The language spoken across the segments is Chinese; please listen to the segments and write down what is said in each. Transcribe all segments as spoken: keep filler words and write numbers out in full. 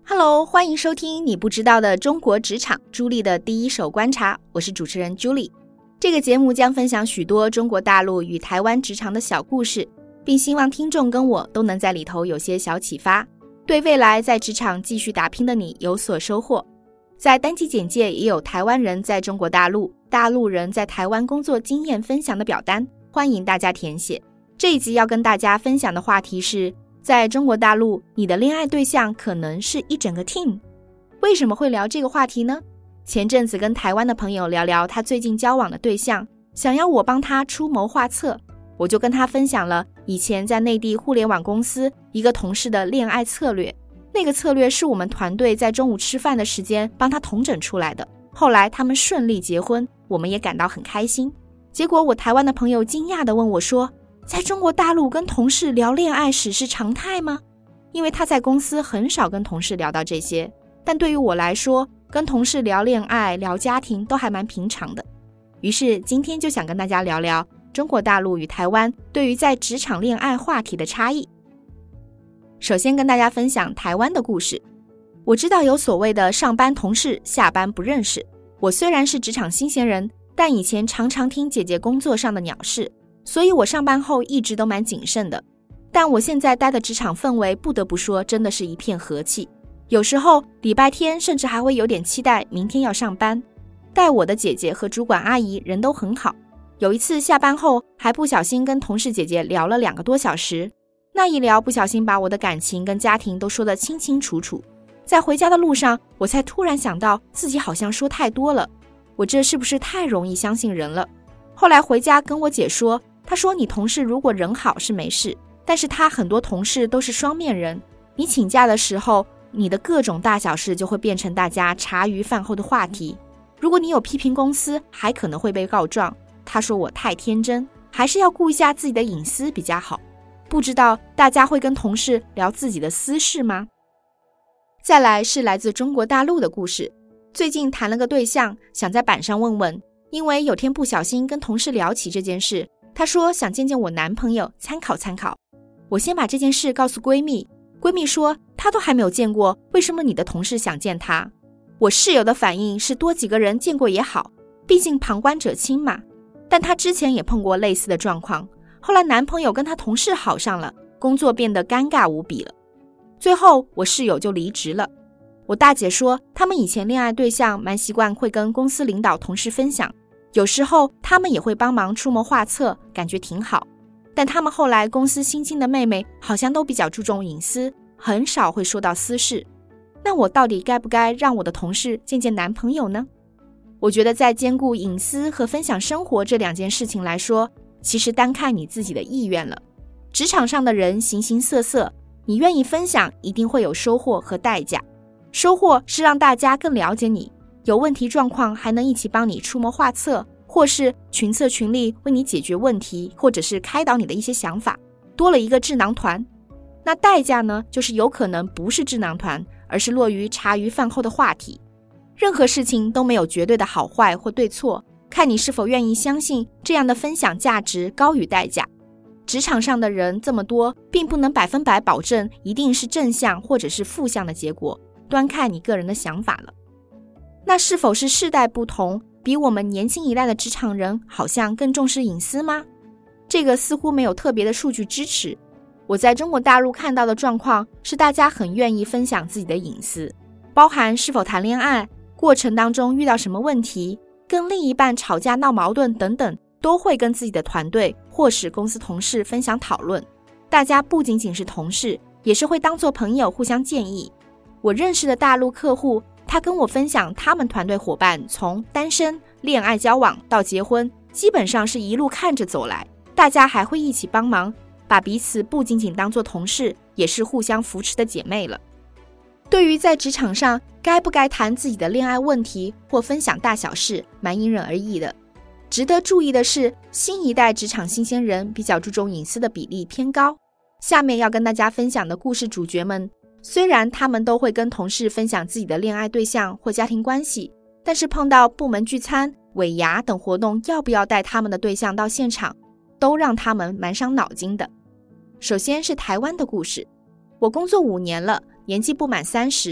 Hello， 欢迎收听你不知道的中国职场，朱莉的第一手观察，我是主持人朱莉。这个节目将分享许多中国大陆与台湾职场的小故事，并希望听众跟我都能在里头有些小启发，对未来在职场继续打拼的你有所收获。在单集简介也有台湾人在中国大陆、大陆人在台湾工作经验分享的表单，欢迎大家填写。这一集要跟大家分享的话题是，在中国大陆，你的恋爱对象可能是一整个 team。 为什么会聊这个话题呢？前阵子跟台湾的朋友聊聊他最近交往的对象，想要我帮他出谋划策，我就跟他分享了以前在内地互联网公司一个同事的恋爱策略。那个策略是我们团队在中午吃饭的时间帮他统整出来的，后来他们顺利结婚，我们也感到很开心。结果我台湾的朋友惊讶地问我说，在中国大陆跟同事聊恋爱史是常态吗？因为他在公司很少跟同事聊到这些，但对于我来说，跟同事聊恋爱、聊家庭都还蛮平常的。于是今天就想跟大家聊聊中国大陆与台湾对于在职场恋爱话题的差异。首先跟大家分享台湾的故事。我知道有所谓的上班同事，下班不认识。我虽然是职场新鲜人，但以前常常听姐姐工作上的鸟事，所以我上班后一直都蛮谨慎的。但我现在待的职场氛围，不得不说真的是一片和气。有时候礼拜天甚至还会有点期待明天要上班。带我的姐姐和主管阿姨人都很好，有一次下班后还不小心跟同事姐姐聊了两个多小时，那一聊不小心把我的感情跟家庭都说得清清楚楚。在回家的路上，我才突然想到自己好像说太多了，我这是不是太容易相信人了？后来回家跟我姐说，她说你同事如果人好是没事，但是他很多同事都是双面人，你请假的时候，你的各种大小事就会变成大家茶余饭后的话题。如果你有批评公司，还可能会被告状。她说我太天真，还是要顾一下自己的隐私比较好。不知道大家会跟同事聊自己的私事吗？再来是来自中国大陆的故事。最近谈了个对象，想在板上问问，因为有天不小心跟同事聊起这件事，他说想见见我男朋友，参考参考。我先把这件事告诉闺蜜，闺蜜说她都还没有见过，为什么你的同事想见她？我室友的反应是多几个人见过也好，毕竟旁观者清嘛。但她之前也碰过类似的状况，后来男朋友跟她同事好上了，工作变得尴尬无比了。最后我室友就离职了。我大姐说他们以前恋爱对象蛮习惯会跟公司领导同事分享，有时候他们也会帮忙出谋划策，感觉挺好。但他们后来公司新进的妹妹好像都比较注重隐私，很少会说到私事。那我到底该不该让我的同事见见男朋友呢？我觉得在兼顾隐私和分享生活这两件事情来说，其实单看你自己的意愿了。职场上的人形形色色，你愿意分享一定会有收获和代价。收获是让大家更了解你，有问题状况还能一起帮你出谋划策，或是群策群力为你解决问题，或者是开导你的一些想法，多了一个智囊团。那代价呢，就是有可能不是智囊团，而是落于茶余饭后的话题。任何事情都没有绝对的好坏或对错，看你是否愿意相信这样的分享价值高于代价。职场上的人这么多，并不能百分百保证一定是正向或者是负向的结果，端看你个人的想法了。那是否是世代不同，比我们年轻一代的职场人好像更重视隐私吗？这个似乎没有特别的数据支持。我在中国大陆看到的状况是，大家很愿意分享自己的隐私，包含是否谈恋爱，过程当中遇到什么问题，跟另一半吵架闹矛盾等等，都会跟自己的团队或是公司同事分享讨论。大家不仅仅是同事，也是会当作朋友互相建议。我认识的大陆客户，他跟我分享他们团队伙伴从单身、恋爱交往到结婚，基本上是一路看着走来，大家还会一起帮忙，把彼此不仅仅当作同事，也是互相扶持的姐妹了。对于在职场上该不该谈自己的恋爱问题或分享大小事，蛮因人而异的。值得注意的是，新一代职场新鲜人比较注重隐私的比例偏高。下面要跟大家分享的故事主角们，虽然他们都会跟同事分享自己的恋爱对象或家庭关系，但是碰到部门聚餐、尾牙等活动，要不要带他们的对象到现场，都让他们蛮伤脑筋的。首先是台湾的故事。我工作五年了，年纪不满三十，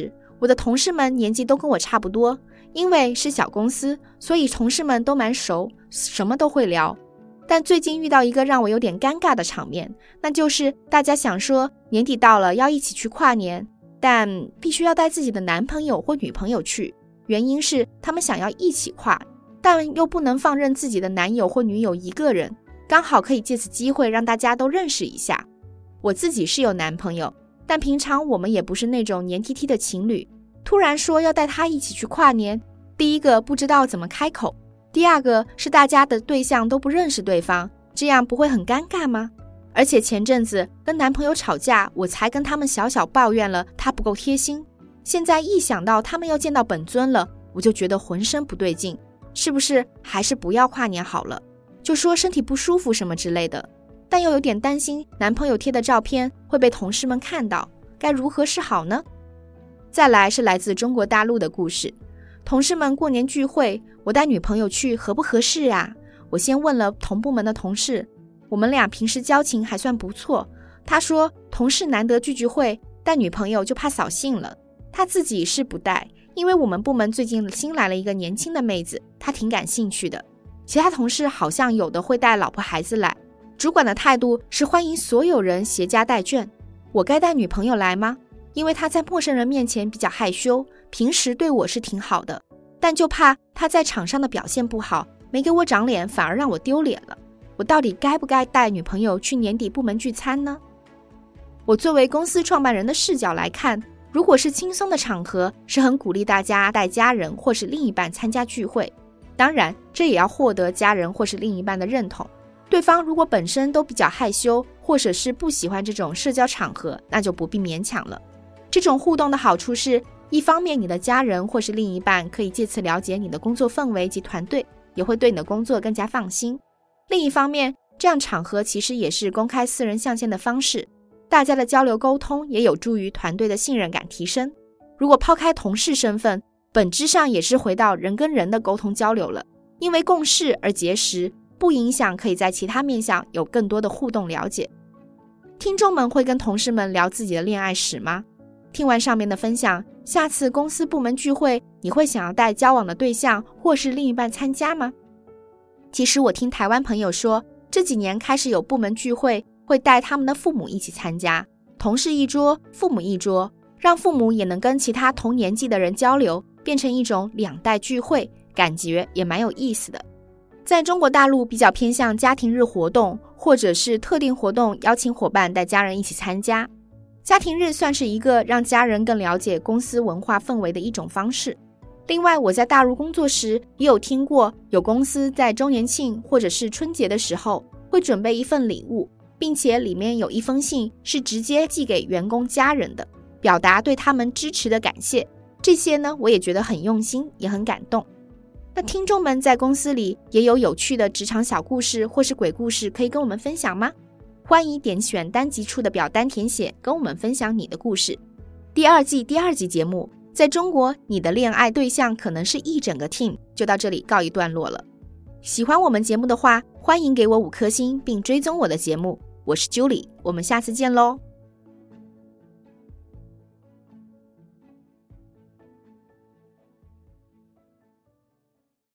我的同事们年纪都跟我差不多，因为是小公司，所以同事们都蛮熟，什么都会聊。但最近遇到一个让我有点尴尬的场面，那就是大家想说年底到了要一起去跨年，但必须要带自己的男朋友或女朋友去，原因是他们想要一起跨，但又不能放任自己的男友或女友一个人，刚好可以借此机会让大家都认识一下。我自己是有男朋友，但平常我们也不是那种黏 T T 的情侣，突然说要带他一起去跨年，第一个不知道怎么开口，第二个是大家的对象都不认识对方，这样不会很尴尬吗？而且前阵子跟男朋友吵架，我才跟他们小小抱怨了他不够贴心，现在一想到他们要见到本尊了，我就觉得浑身不对劲，是不是还是不要跨年好了，就说身体不舒服什么之类的，但又有点担心男朋友贴的照片会被同事们看到，该如何是好呢？再来是来自中国大陆的故事，同事们过年聚会，我带女朋友去合不合适啊？我先问了同部门的同事，我们俩平时交情还算不错，他说同事难得聚聚会，带女朋友就怕扫兴了，他自己是不带，因为我们部门最近新来了一个年轻的妹子，他挺感兴趣的。其他同事好像有的会带老婆孩子来，主管的态度是欢迎所有人携家带眷。我该带女朋友来吗？因为她在陌生人面前比较害羞，平时对我是挺好的，但就怕她在场上的表现不好，没给我长脸，反而让我丢脸了。我到底该不该带女朋友去年底部门聚餐呢？我作为公司创办人的视角来看，如果是轻松的场合，是很鼓励大家带家人或是另一半参加聚会，当然这也要获得家人或是另一半的认同。对方如果本身都比较害羞，或者是不喜欢这种社交场合，那就不必勉强了。这种互动的好处是，一方面你的家人或是另一半可以借此了解你的工作氛围及团队，也会对你的工作更加放心。另一方面，这样场合其实也是公开私人象限的方式，大家的交流沟通也有助于团队的信任感提升。如果抛开同事身份，本质上也是回到人跟人的沟通交流了，因为共事而结识，不影响可以在其他面向有更多的互动了解。听众们会跟同事们聊自己的恋爱史吗？听完上面的分享，下次公司部门聚会，你会想要带交往的对象或是另一半参加吗？其实我听台湾朋友说，这几年开始有部门聚会会带他们的父母一起参加，同事一桌，父母一桌，让父母也能跟其他同年纪的人交流，变成一种两代聚会，感觉也蛮有意思的。在中国大陆比较偏向家庭日活动，或者是特定活动邀请伙伴带家人一起参加。家庭日算是一个让家人更了解公司文化氛围的一种方式。另外，我在大陆工作时也有听过，有公司在周年庆或者是春节的时候会准备一份礼物，并且里面有一封信是直接寄给员工家人的，表达对他们支持的感谢。这些呢，我也觉得很用心，也很感动。那听众们在公司里也有有趣的职场小故事或是鬼故事可以跟我们分享吗？欢迎点选单集处的表单填写，跟我们分享你的故事。第二季第二集节目，在中国你的恋爱对象可能是一整个 team， 就到这里告一段落了。喜欢我们节目的话，欢迎给我五颗星并追踪我的节目。我是 Julie， 我们下次见咯。